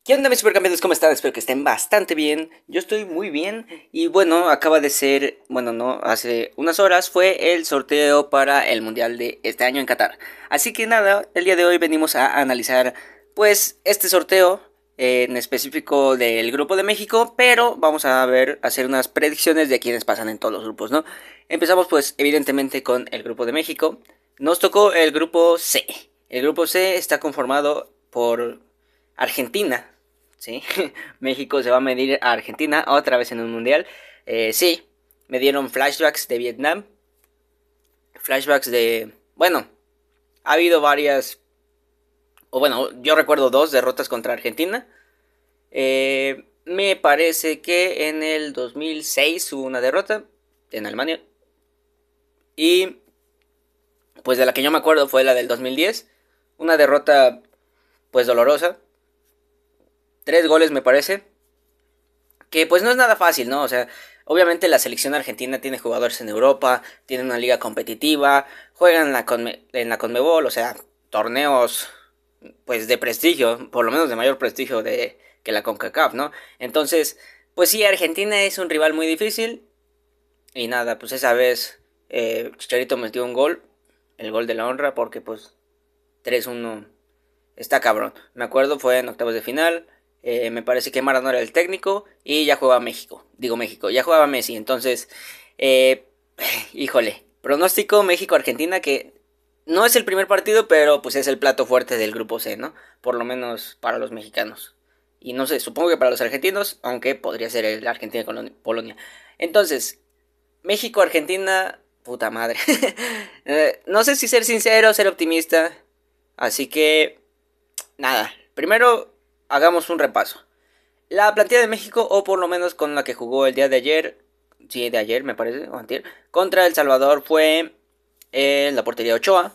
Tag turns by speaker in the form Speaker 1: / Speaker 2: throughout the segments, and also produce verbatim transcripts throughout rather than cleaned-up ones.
Speaker 1: ¿Qué onda mis supercampeones? ¿Cómo están? Espero que estén bastante bien. Yo estoy muy bien. Y bueno, acaba de ser, bueno, no, hace unas horas fue el sorteo para el Mundial de este año en Qatar. Así que nada, el día de hoy venimos a analizar pues este sorteo eh, en específico del grupo de México. Pero vamos a ver, hacer unas predicciones de quiénes pasan en todos los grupos, ¿no? Empezamos pues evidentemente con el grupo de México. Nos tocó el grupo C. El grupo C está conformado por Argentina. Sí, México se va a medir a Argentina otra vez en un mundial. Eh, sí, me dieron flashbacks de Vietnam. Flashbacks de... Bueno, ha habido varias... O bueno, yo recuerdo dos derrotas contra Argentina. Eh, me parece que en el dos mil seis hubo una derrota en Alemania. Y pues de la que yo me acuerdo fue la del dos mil diez. Una derrota pues dolorosa. Tres goles me parece. Que pues no es nada fácil, ¿no? O sea, obviamente la selección argentina tiene jugadores en Europa, tiene una liga competitiva, juegan en la, Conme en la Conmebol, o sea, torneos pues de prestigio, por lo menos de mayor prestigio de que la CONCACAF, ¿no? Entonces, pues sí, Argentina es un rival muy difícil. Y nada, pues esa vez eh, Chicharito metió un gol, el gol de la honra, porque pues tres uno está cabrón. Me acuerdo, fue en octavos de final. Eh, me parece que Maradona era el técnico y ya jugaba México. Digo México, ya jugaba Messi. Entonces, eh, híjole, pronóstico México-Argentina que no es el primer partido, pero pues es el plato fuerte del grupo C, ¿no? Por lo menos para los mexicanos. Y no sé, supongo que para los argentinos, aunque podría ser el Argentina-Polonia. Entonces, México-Argentina, puta madre. eh, no sé si ser sincero o ser optimista. Así que nada, primero hagamos un repaso. La plantilla de México, o por lo menos con la que jugó el día de ayer, sí, de ayer me parece, o antier, contra El Salvador fue en la portería Ochoa,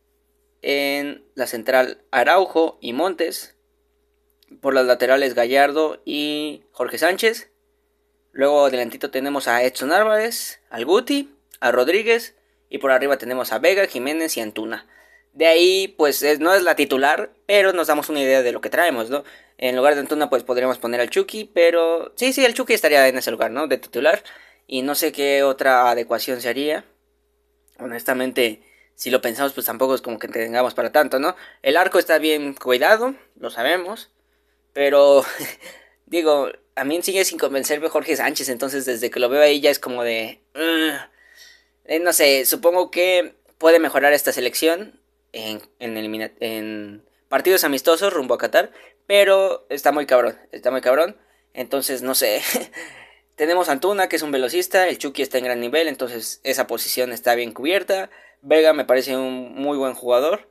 Speaker 1: en la central Araujo y Montes, por las laterales Gallardo y Jorge Sánchez. Luego adelantito tenemos a Edson Álvarez, al Guti, a Rodríguez, y por arriba tenemos a Vega, Jiménez y Antuna. De ahí, pues es, no es la titular, pero nos damos una idea de lo que traemos, ¿no? En lugar de Antuna, pues podríamos poner al Chucky, pero sí, sí, el Chucky estaría en ese lugar, ¿no? De titular. Y no sé qué otra adecuación se haría. Honestamente, si lo pensamos, pues tampoco es como que tengamos para tanto, ¿no? El arco está bien cuidado, lo sabemos. Pero, digo, a mí sigue sin convencerme Jorge Sánchez, entonces desde que lo veo ahí ya es como de... Uh, eh, no sé, supongo que puede mejorar esta selección en, en, elimina en partidos amistosos rumbo a Qatar, pero está muy cabrón, está muy cabrón. Entonces, no sé, tenemos a Antuna, que es un velocista, el Chucky está en gran nivel, entonces esa posición está bien cubierta. Vega me parece un muy buen jugador.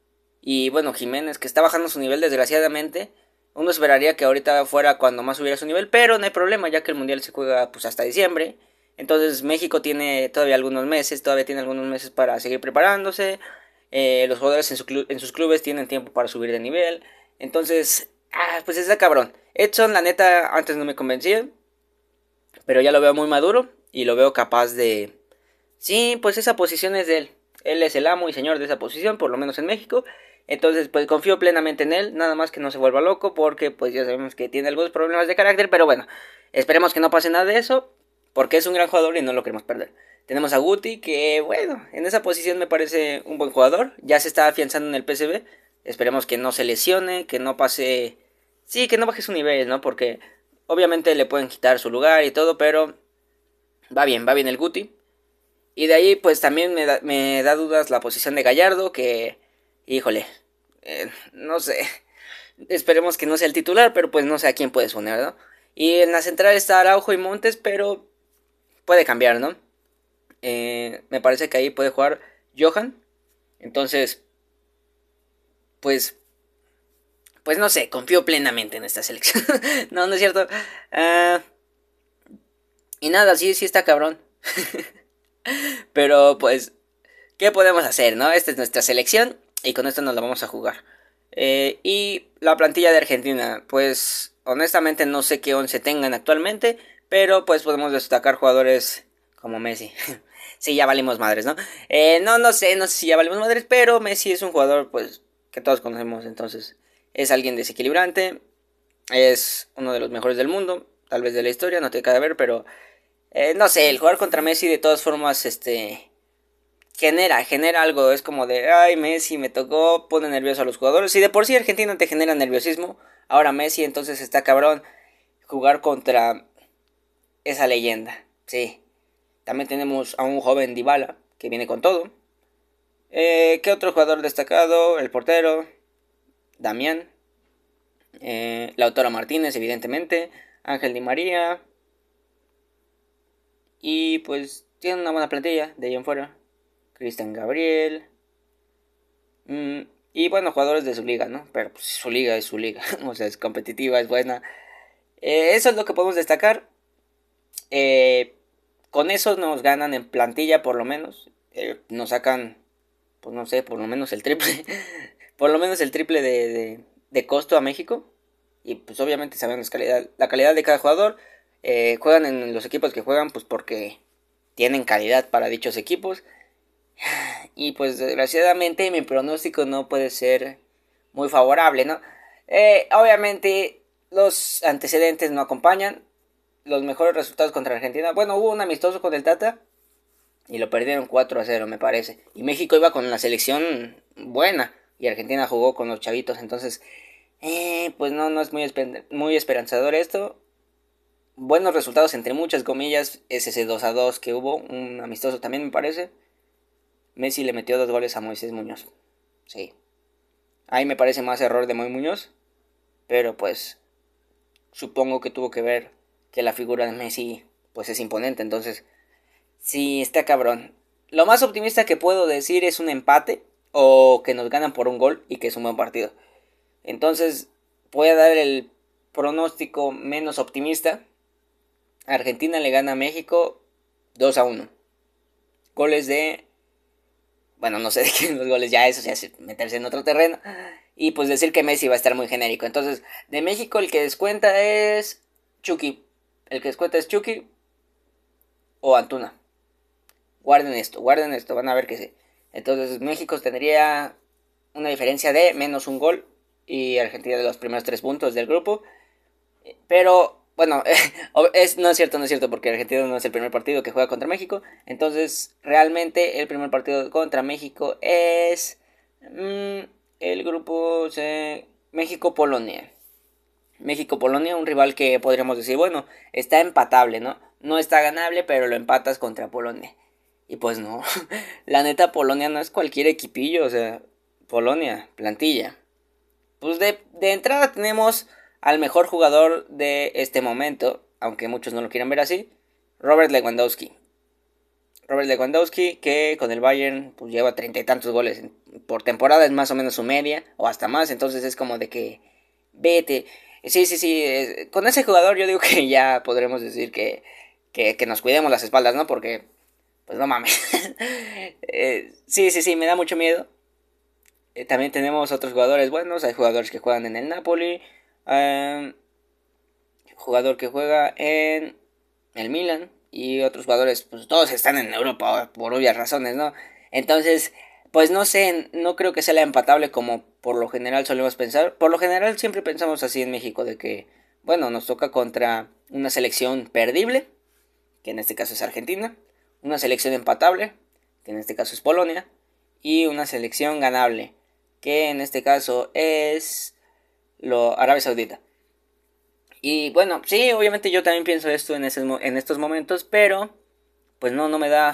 Speaker 1: Y bueno, Jiménez, que está bajando su nivel desgraciadamente. Uno esperaría que ahorita fuera cuando más subiera su nivel, pero no hay problema, ya que el Mundial se juega pues hasta diciembre. Entonces México tiene todavía algunos meses, todavía tiene algunos meses para seguir preparándose. Eh, los jugadores en, su en, sus clubes tienen tiempo para subir de nivel. Entonces, ah, pues está cabrón. Edson, la neta, antes no me convencía, pero ya lo veo muy maduro y lo veo capaz de... Sí, pues esa posición es de él. Él es el amo y señor de esa posición, por lo menos en México. Entonces, pues confío plenamente en él, nada más que no se vuelva loco, porque pues ya sabemos que tiene algunos problemas de carácter, pero bueno, esperemos que no pase nada de eso, porque es un gran jugador y no lo queremos perder. Tenemos a Guti, que bueno, en esa posición me parece un buen jugador, ya se está afianzando en el P S V, esperemos que no se lesione, que no pase, sí, que no baje su nivel, ¿no? Porque obviamente le pueden quitar su lugar y todo, pero va bien, va bien el Guti. Y de ahí pues también me da, me da dudas la posición de Gallardo, que, híjole, eh, no sé, esperemos que no sea el titular, pero pues no sé a quién puede sonar, ¿no? Y en la central está Araujo y Montes, pero puede cambiar, ¿no? Eh, me parece que ahí puede jugar Johan, entonces, pues, pues no sé, confío plenamente en esta selección. No, no es cierto. Uh, y nada, sí, sí está cabrón. Pero pues, ¿qué podemos hacer, no? Esta es nuestra selección y con esto nos la vamos a jugar. Eh, y la plantilla de Argentina, pues honestamente no sé qué once tengan actualmente, pero pues podemos destacar jugadores como Messi. Sí, ya valimos madres, ¿no? Eh, no, no sé, no sé si ya valimos madres, pero Messi es un jugador pues que todos conocemos, entonces es alguien desequilibrante. Es uno de los mejores del mundo, tal vez de la historia, no tiene que ver, pero eh, no sé, el jugar contra Messi de todas formas, este, genera, genera algo, es como de, ay, Messi me tocó, pone nervioso a los jugadores, y de por sí Argentina te genera nerviosismo, ahora Messi, entonces está cabrón jugar contra esa leyenda, sí. También tenemos a un joven Dybala, que viene con todo. Eh, ¿Qué otro jugador destacado? El portero, Damián, eh, Lautaro Martínez, evidentemente, Ángel Di María, y pues tienen una buena plantilla de ahí en fuera. Cristian Gabriel, mm, y bueno, jugadores de su liga, ¿no? Pero pues, su liga es su liga, o sea, es competitiva, es buena. Eh, eso es lo que podemos destacar. Eh, con eso nos ganan en plantilla por lo menos. Eh, nos sacan, pues no sé, por lo menos el triple. Por lo menos el triple de, de, de costo a México. Y pues obviamente sabemos la calidad, la calidad de cada jugador. Eh, juegan en los equipos que juegan pues porque tienen calidad para dichos equipos. Y pues desgraciadamente mi pronóstico no puede ser muy favorable, ¿no? Eh, obviamente los antecedentes no acompañan. Los mejores resultados contra Argentina. Bueno, hubo un amistoso con el Tata y lo perdieron cuatro a cero, me parece. Y México iba con la selección buena y Argentina jugó con los chavitos. Entonces, eh, pues no, no es muy, esper- muy esperanzador esto. Buenos resultados entre muchas comillas. Es ese dos a dos que hubo, un amistoso también me parece. Messi le metió dos goles a Moisés Muñoz. Sí. Ahí me parece más error de Moy Muñoz. Pero pues supongo que tuvo que ver que la figura de Messi pues es imponente. Entonces, sí, está cabrón. Lo más optimista que puedo decir es un empate o que nos ganan por un gol y que es un buen partido. Entonces, voy a dar el pronóstico menos optimista. Argentina le gana a México dos a uno. Goles de... Bueno, no sé de quién los goles, ya eso ya es meterse en otro terreno. Y pues decir que Messi va a estar muy genérico. Entonces, de México el que descuenta es Chucky. El que descuenta es Chucky o Antuna. Guarden esto, guarden esto, van a ver que sí. Entonces México tendría una diferencia de menos un gol y Argentina de los primeros tres puntos del grupo. Pero bueno, es, no es cierto, no es cierto, porque Argentina no es el primer partido que juega contra México. Entonces realmente el primer partido contra México es mmm, el grupo C, México-Polonia. México-Polonia, un rival que podríamos decir, bueno, está empatable, ¿no? No está ganable, pero lo empatas contra Polonia. Y pues no, la neta Polonia no es cualquier equipillo, o sea, Polonia, plantilla. Pues de, de entrada tenemos al mejor jugador de este momento, aunque muchos no lo quieran ver así, Robert Lewandowski. Robert Lewandowski que con el Bayern pues lleva treinta y tantos goles por temporada, es más o menos su media, o hasta más, entonces es como de que vete. Sí, sí, sí, eh, con ese jugador yo digo que ya podremos decir que, que, que nos cuidemos las espaldas, ¿no? Porque pues no mames. eh, sí, sí, sí, me da mucho miedo. Eh, también tenemos otros jugadores buenos. Hay jugadores que juegan en el Napoli. Um, jugador que juega en el Milan. Y otros jugadores, pues todos están en Europa por obvias razones, ¿no? Entonces, pues no sé, no creo que sea la empatable como por lo general solemos pensar. Por lo general siempre pensamos así en México, de que, bueno, nos toca contra una selección perdible, que en este caso es Argentina, una selección empatable, que en este caso es Polonia, y una selección ganable, que en este caso es lo Arabia Saudita. Y bueno, sí, obviamente yo también pienso esto en, ese, en estos momentos, pero pues no, no me da...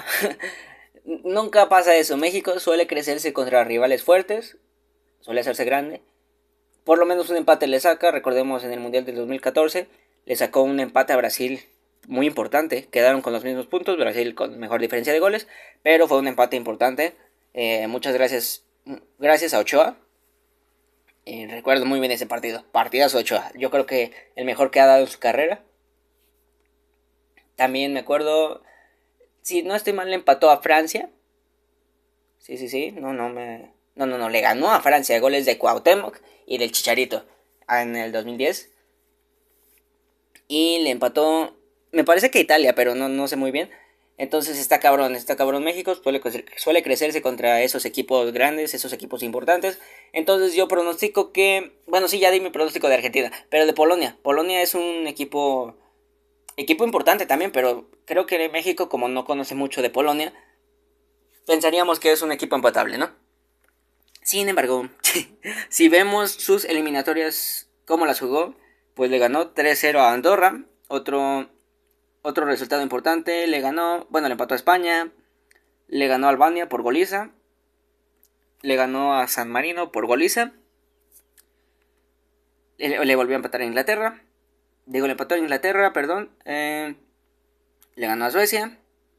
Speaker 1: Nunca pasa eso. México suele crecerse contra rivales fuertes, suele hacerse grande. Por lo menos un empate le saca, recordemos en el Mundial del dos mil catorce, le sacó un empate a Brasil muy importante, quedaron con los mismos puntos, Brasil con mejor diferencia de goles, pero fue un empate importante. Eh, muchas gracias, gracias a Ochoa. Eh, recuerdo muy bien ese partido, partidazo Ochoa, yo creo que el mejor que ha dado en su carrera. También me acuerdo, si no estoy mal, le empató a Francia. Sí, sí, sí, no, no me... No, no, no, le ganó a Francia, goles de Cuauhtémoc y del Chicharito en el dos mil diez. Y le empató, me parece que Italia, pero no, no sé muy bien. Entonces está cabrón, está cabrón México, suele, suele crecerse contra esos equipos grandes, esos equipos importantes. Entonces yo pronostico que, bueno, sí, ya di mi pronóstico de Argentina, pero de Polonia. Polonia es un equipo, equipo importante también, pero creo que México, como no conoce mucho de Polonia, pensaríamos que es un equipo empatable, ¿no? Sin embargo, si vemos sus eliminatorias, cómo las jugó, pues le ganó tres cero a Andorra, otro, otro resultado importante, le ganó, bueno, le empató a España, le ganó a Albania por goliza, le ganó a San Marino por goliza, le, le volvió a empatar a Inglaterra, digo, le empató a Inglaterra, perdón, eh, le ganó a Suecia,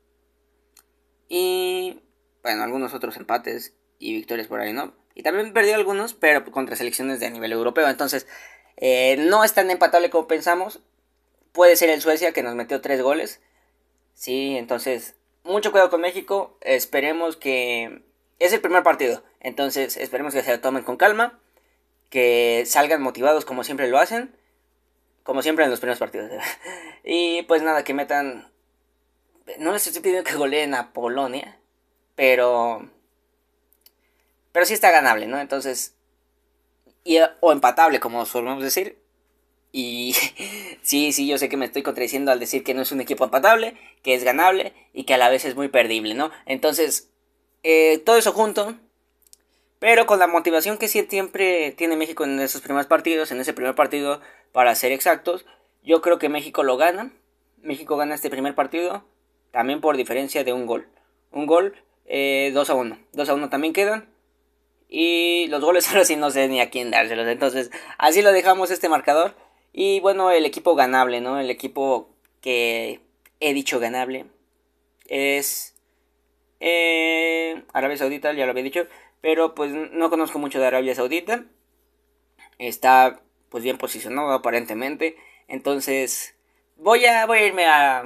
Speaker 1: y bueno, algunos otros empates y victorias por ahí, ¿no? Y también perdió algunos, pero contra selecciones de nivel europeo. Entonces, eh, no es tan empatable como pensamos. Puede ser el Suecia que nos metió tres goles. Sí, entonces, mucho cuidado con México. Esperemos que... Es el primer partido. Entonces, esperemos que se lo tomen con calma. Que salgan motivados como siempre lo hacen. Como siempre en los primeros partidos. Y pues nada, que metan... No les estoy pidiendo que goleen a Polonia. Pero... Pero sí está ganable, ¿no? Entonces... Y, o empatable, como solemos decir. Y sí, sí, yo sé que me estoy contradiciendo al decir que no es un equipo empatable, que es ganable y que a la vez es muy perdible, ¿no? Entonces, eh, todo eso junto, pero con la motivación que siempre tiene México en esos primeros partidos, en ese primer partido, para ser exactos, yo creo que México lo gana. México gana este primer partido, también por diferencia de un gol. Un gol, eh, dos a uno. dos a uno también quedan. Y los goles ahora sí no sé ni a quién dárselos. Entonces, así lo dejamos este marcador. Y bueno, el equipo ganable, ¿no? El equipo que he dicho ganable es eh, Arabia Saudita, ya lo había dicho. Pero pues no conozco mucho de Arabia Saudita. Está pues bien posicionado aparentemente. Entonces voy a, voy a irme a,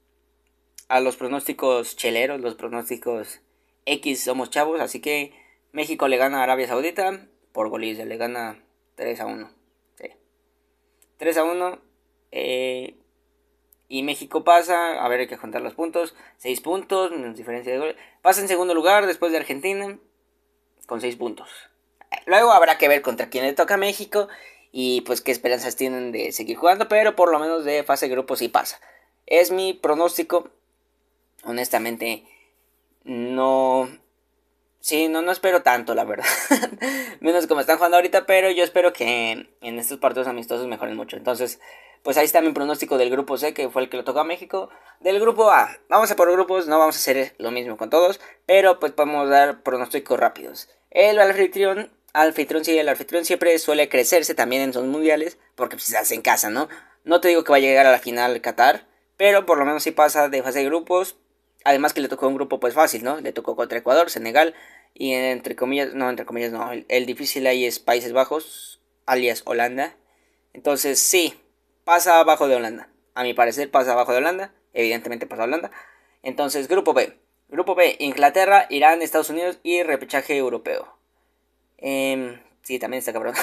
Speaker 1: a los pronósticos cheleros, los pronósticos X somos chavos. Así que México le gana a Arabia Saudita por goliza, le gana tres a uno. Sí. tres a uno. Eh, y México pasa, a ver, hay que contar los puntos. seis puntos, menos diferencia de goles. Pasa en segundo lugar después de Argentina con seis puntos. Luego habrá que ver contra quién le toca a México y pues qué esperanzas tienen de seguir jugando, pero por lo menos de fase de grupos sí pasa. Es mi pronóstico. Honestamente, no... Sí, no, no espero tanto, la verdad. Menos como están jugando ahorita, pero yo espero que en estos partidos amistosos mejoren mucho. Entonces, pues ahí está mi pronóstico del grupo C, que fue el que le tocó a México. Del grupo A, vamos a por grupos, no vamos a hacer lo mismo con todos, pero pues podemos dar pronósticos rápidos. El anfitrión, anfitrión sí, el anfitrión siempre suele crecerse también en sus mundiales, porque pues, se hace en casa, ¿no? No te digo que va a llegar a la final Qatar, pero por lo menos sí pasa de fase de grupos. Además que le tocó un grupo pues fácil, ¿no? Le tocó contra Ecuador, Senegal y entre comillas, no, entre comillas no, el, el difícil ahí es Países Bajos, alias Holanda. Entonces sí, pasa abajo de Holanda. A mi parecer pasa abajo de Holanda, evidentemente pasa a Holanda. Entonces grupo B, grupo B, Inglaterra, Irán, Estados Unidos y repechaje europeo. Eh, sí, también está cabrón.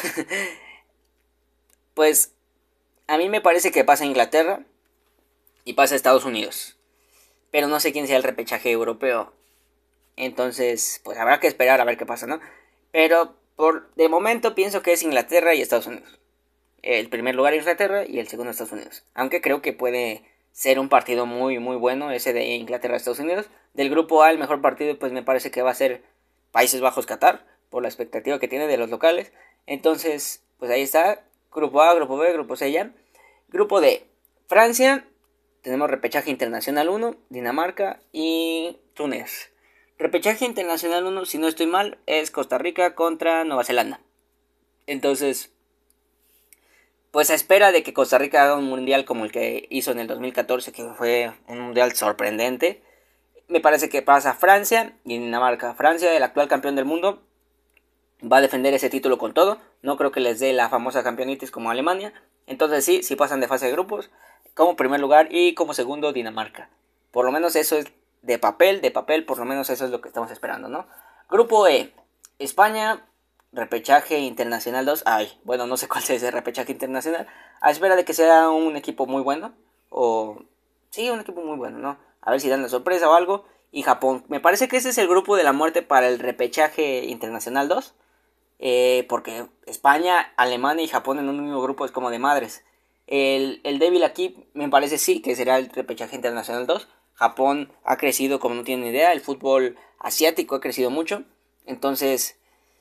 Speaker 1: Pues a mí me parece que pasa Inglaterra y pasa Estados Unidos. Pero no sé quién sea el repechaje europeo. Entonces, pues habrá que esperar a ver qué pasa, ¿no? Pero por de momento pienso que es Inglaterra y Estados Unidos. El primer lugar Inglaterra y el segundo Estados Unidos. Aunque creo que puede ser un partido muy muy bueno ese de Inglaterra-Estados Unidos. Del grupo A el mejor partido pues me parece que va a ser Países Bajos-Qatar. Por la expectativa que tiene de los locales. Entonces, pues ahí está. Grupo A, grupo B, grupo C ya. Grupo D. Francia. Tenemos repechaje internacional uno, Dinamarca y Túnez. Repechaje internacional uno, si no estoy mal, es Costa Rica contra Nueva Zelanda. Entonces, pues a espera de que Costa Rica haga un mundial como el que hizo en el dos mil catorce, que fue un mundial sorprendente, me parece que pasa Francia y Dinamarca. Francia, el actual campeón del mundo, va a defender ese título con todo. No creo que les dé la famosa campeonitis como Alemania. Entonces sí, sí pasan de fase de grupos como primer lugar y como segundo Dinamarca. Por lo menos eso es de papel, de papel, por lo menos eso es lo que estamos esperando, ¿no? Grupo E, España, repechaje internacional dos. Ay, bueno, no sé cuál es ese repechaje internacional. A espera de que sea un equipo muy bueno. O... Sí, un equipo muy bueno, ¿no? A ver si dan la sorpresa o algo. Y Japón. Me parece que ese es el grupo de la muerte para el repechaje internacional dos. Eh, porque España, Alemania y Japón en un mismo grupo es como de madres. El, el débil aquí me parece sí que será el repechaje internacional dos. Japón ha crecido como no tienen idea. El fútbol asiático ha crecido mucho. Entonces,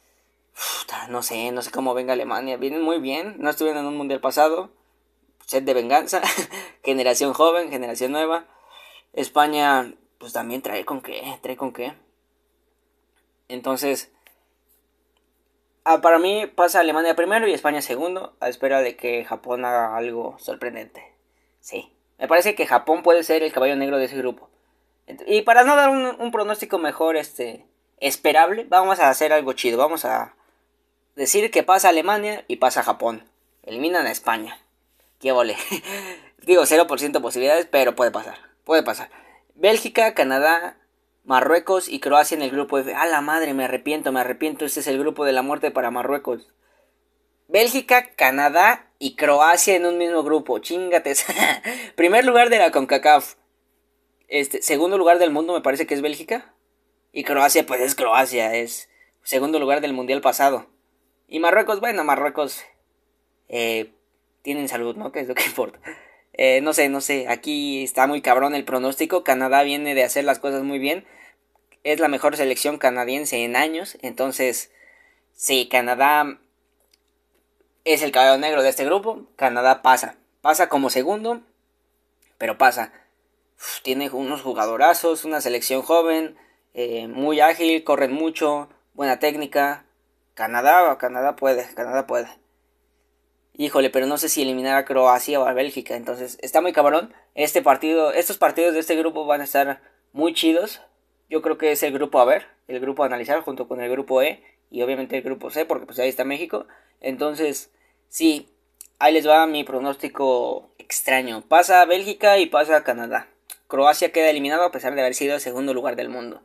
Speaker 1: no sé, no sé cómo venga Alemania. Vienen muy bien. No estuvieron en un mundial pasado. Set de venganza. Generación joven, generación nueva. España, pues también trae con qué. Trae con qué. Entonces, ah, para mí pasa Alemania primero y España segundo. A espera de que Japón haga algo sorprendente. Sí. Me parece que Japón puede ser el caballo negro de ese grupo. Y para no dar un, un pronóstico mejor, este, esperable, vamos a hacer algo chido. Vamos a decir que pasa Alemania y pasa Japón. Eliminan a España. Qué vole. Digo, cero por ciento posibilidades, pero puede pasar. Puede pasar. Bélgica, Canadá, Marruecos y Croacia en el grupo F. ¡A la madre! Me arrepiento, me arrepiento. Este es el grupo de la muerte para Marruecos. Bélgica, Canadá y Croacia en un mismo grupo. Chingate. Primer lugar de la CONCACAF. Este, segundo lugar del mundo me parece que es Bélgica. Y Croacia, pues es Croacia. Es segundo lugar del mundial pasado. Y Marruecos, bueno, Marruecos eh, tienen salud, ¿no? Que es lo que importa. Eh, no sé, no sé. Aquí está muy cabrón el pronóstico. Canadá viene de hacer las cosas muy bien. Es la mejor selección canadiense en años. Entonces, sí, Canadá es el caballo negro de este grupo. Canadá pasa. Pasa como segundo, pero pasa. Uf, tiene unos jugadorazos, una selección joven, eh, muy ágil, corren mucho, buena técnica. Canadá, Canadá puede, Canadá puede. Híjole, pero no sé si eliminar a Croacia o a Bélgica. Entonces, está muy cabrón. Este partido, estos partidos de este grupo van a estar muy chidos. Yo creo que es el grupo a ver, el grupo a analizar junto con el grupo E y obviamente el grupo C, porque pues ahí está México. Entonces, sí, ahí les va mi pronóstico extraño. Pasa a Bélgica y pasa a Canadá. Croacia queda eliminado a pesar de haber sido el segundo lugar del mundo.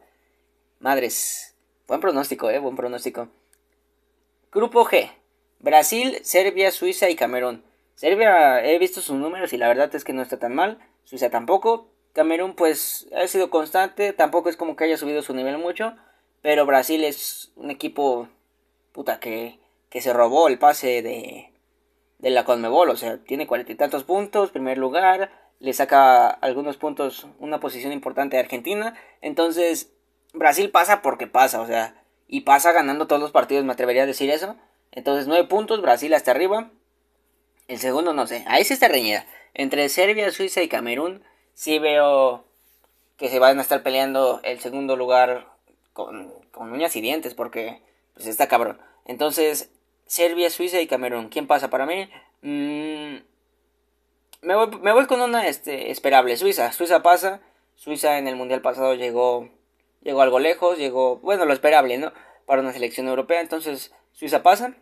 Speaker 1: Madres, buen pronóstico, eh, buen pronóstico. Grupo G. Brasil, Serbia, Suiza y Camerún. Serbia, he visto sus números y la verdad es que no está tan mal. Suiza tampoco. Camerún pues ha sido constante. Tampoco es como que haya subido su nivel mucho. Pero Brasil es un equipo puta que, que se robó el pase de, de la Conmebol. O sea, tiene cuarenta y tantos puntos, primer lugar. Le saca algunos puntos, una posición importante a Argentina. Entonces, Brasil pasa porque pasa, o sea, y pasa ganando todos los partidos, me atrevería a decir eso. Entonces, nueve puntos, Brasil hasta arriba. El segundo, no sé, ahí sí está reñida. Entre Serbia, Suiza y Camerún, sí veo que se van a estar peleando el segundo lugar con, con uñas y dientes, porque pues está cabrón. Entonces, Serbia, Suiza y Camerún, ¿quién pasa para mí? Mmm... Me voy, me voy con una este, esperable. Suiza. Suiza pasa. Suiza en el mundial pasado llegó, llegó algo lejos. Llegó, bueno, lo esperable, ¿no? Para una selección europea. Entonces, Suiza pasa.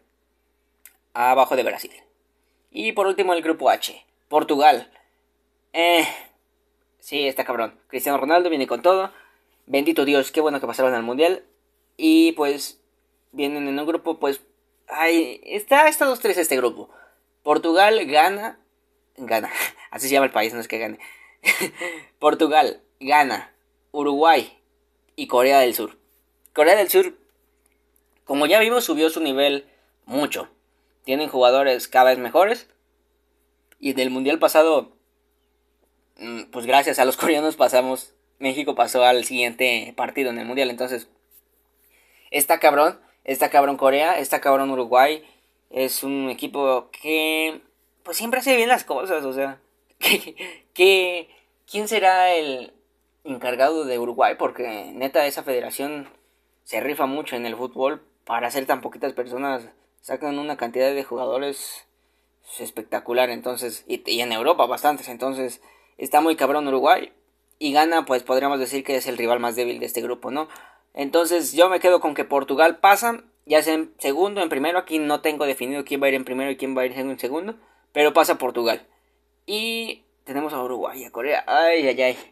Speaker 1: Abajo de Brasil. Y por último, el grupo H. Portugal. Eh, sí, está cabrón. Cristiano Ronaldo viene con todo. Bendito Dios, qué bueno que pasaron al mundial. Y pues, vienen en un grupo, pues. Ay, está, está dos tres este grupo. Portugal gana. Gana, así se llama el país, no es que gane. Portugal, Ghana, Uruguay y Corea del Sur. Corea del Sur, como ya vimos, subió su nivel mucho. Tienen jugadores cada vez mejores. Y del mundial pasado, pues gracias a los coreanos pasamos. México pasó al siguiente partido en el mundial. Entonces, está cabrón. Está cabrón Corea, está cabrón Uruguay. Es un equipo que pues siempre hace bien las cosas, o sea, que, que, ¿quién será el encargado de Uruguay? Porque neta esa federación se rifa mucho en el fútbol. Para ser tan poquitas personas sacan una cantidad de jugadores espectacular. Entonces, y, y en Europa bastantes. Entonces está muy cabrón Uruguay. Y Ghana, pues podríamos decir que es el rival más débil de este grupo, ¿no? Entonces yo me quedo con que Portugal pasa, ya sea en segundo, en primero. Aquí no tengo definido quién va a ir en primero y quién va a ir en segundo, pero pasa Portugal. Y tenemos a Uruguay y a Corea. Ay, ay, ay.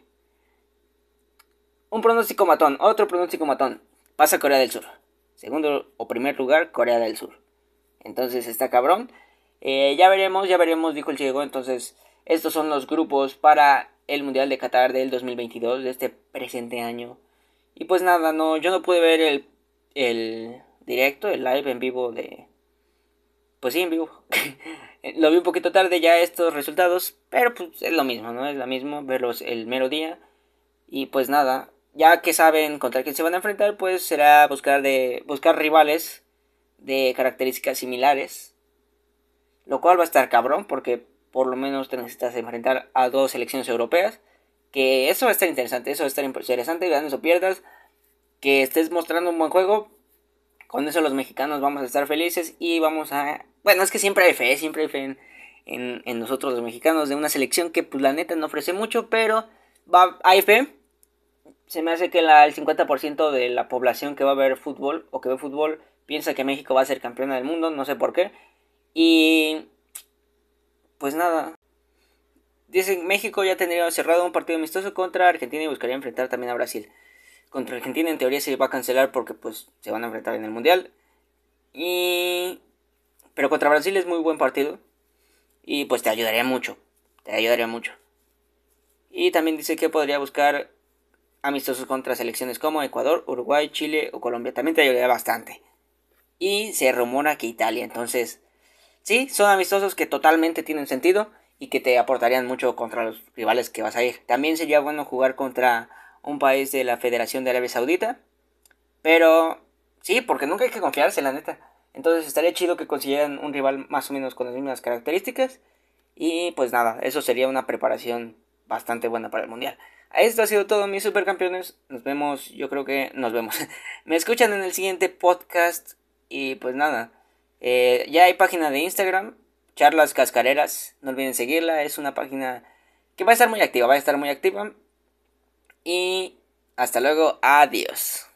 Speaker 1: Un pronóstico matón, otro pronóstico matón. Pasa Corea del Sur. Segundo o primer lugar, Corea del Sur. Entonces está cabrón. Eh, ya veremos, ya veremos, dijo el ciego. Entonces, estos son los grupos para el Mundial de Qatar del dos mil veintidós, de este presente año. Y pues nada, no, yo no pude ver el, el directo, el live en vivo de... Pues sí, en vivo. Lo vi un poquito tarde ya estos resultados, pero pues es lo mismo, ¿no? Es lo mismo verlos el mero día. Y pues nada, ya que saben contra quién se van a enfrentar, pues será buscar de buscar rivales de características similares, lo cual va a estar cabrón porque por lo menos te necesitas enfrentar a dos selecciones europeas, que eso va a estar interesante, eso va a estar interesante, ganes o pierdas, que estés mostrando un buen juego, con eso los mexicanos vamos a estar felices y vamos a... Bueno, es que siempre hay fe, siempre hay fe en, en, en nosotros los mexicanos, de una selección que pues la neta no ofrece mucho, pero va, hay fe. Se me hace que la, el cincuenta por ciento de la población que va a ver fútbol o que ve fútbol piensa que México va a ser campeona del mundo, no sé por qué. Y pues nada, dicen México ya tendría cerrado un partido amistoso contra Argentina y buscaría enfrentar también a Brasil. Contra Argentina en teoría se va a cancelar porque pues se van a enfrentar en el Mundial. Y... Pero contra Brasil es muy buen partido. Y pues te ayudaría mucho. Te ayudaría mucho. Y también dice que podría buscar amistosos contra selecciones como Ecuador, Uruguay, Chile o Colombia. También te ayudaría bastante. Y se rumora que Italia. Entonces, sí, son amistosos que totalmente tienen sentido y que te aportarían mucho contra los rivales que vas a ir. También sería bueno jugar contra un país de la Federación de Arabia Saudita. Pero sí, porque nunca hay que confiarse, la neta. Entonces estaría chido que consiguieran un rival más o menos con las mismas características. Y pues nada, eso sería una preparación bastante buena para el Mundial. Esto ha sido todo, mis supercampeones. Nos vemos, yo creo que nos vemos. Me escuchan en el siguiente podcast. Y pues nada, eh, ya hay página de Instagram, Charlas Cascareras. No olviden seguirla, es una página que va a estar muy activa, va a estar muy activa. Y hasta luego, adiós.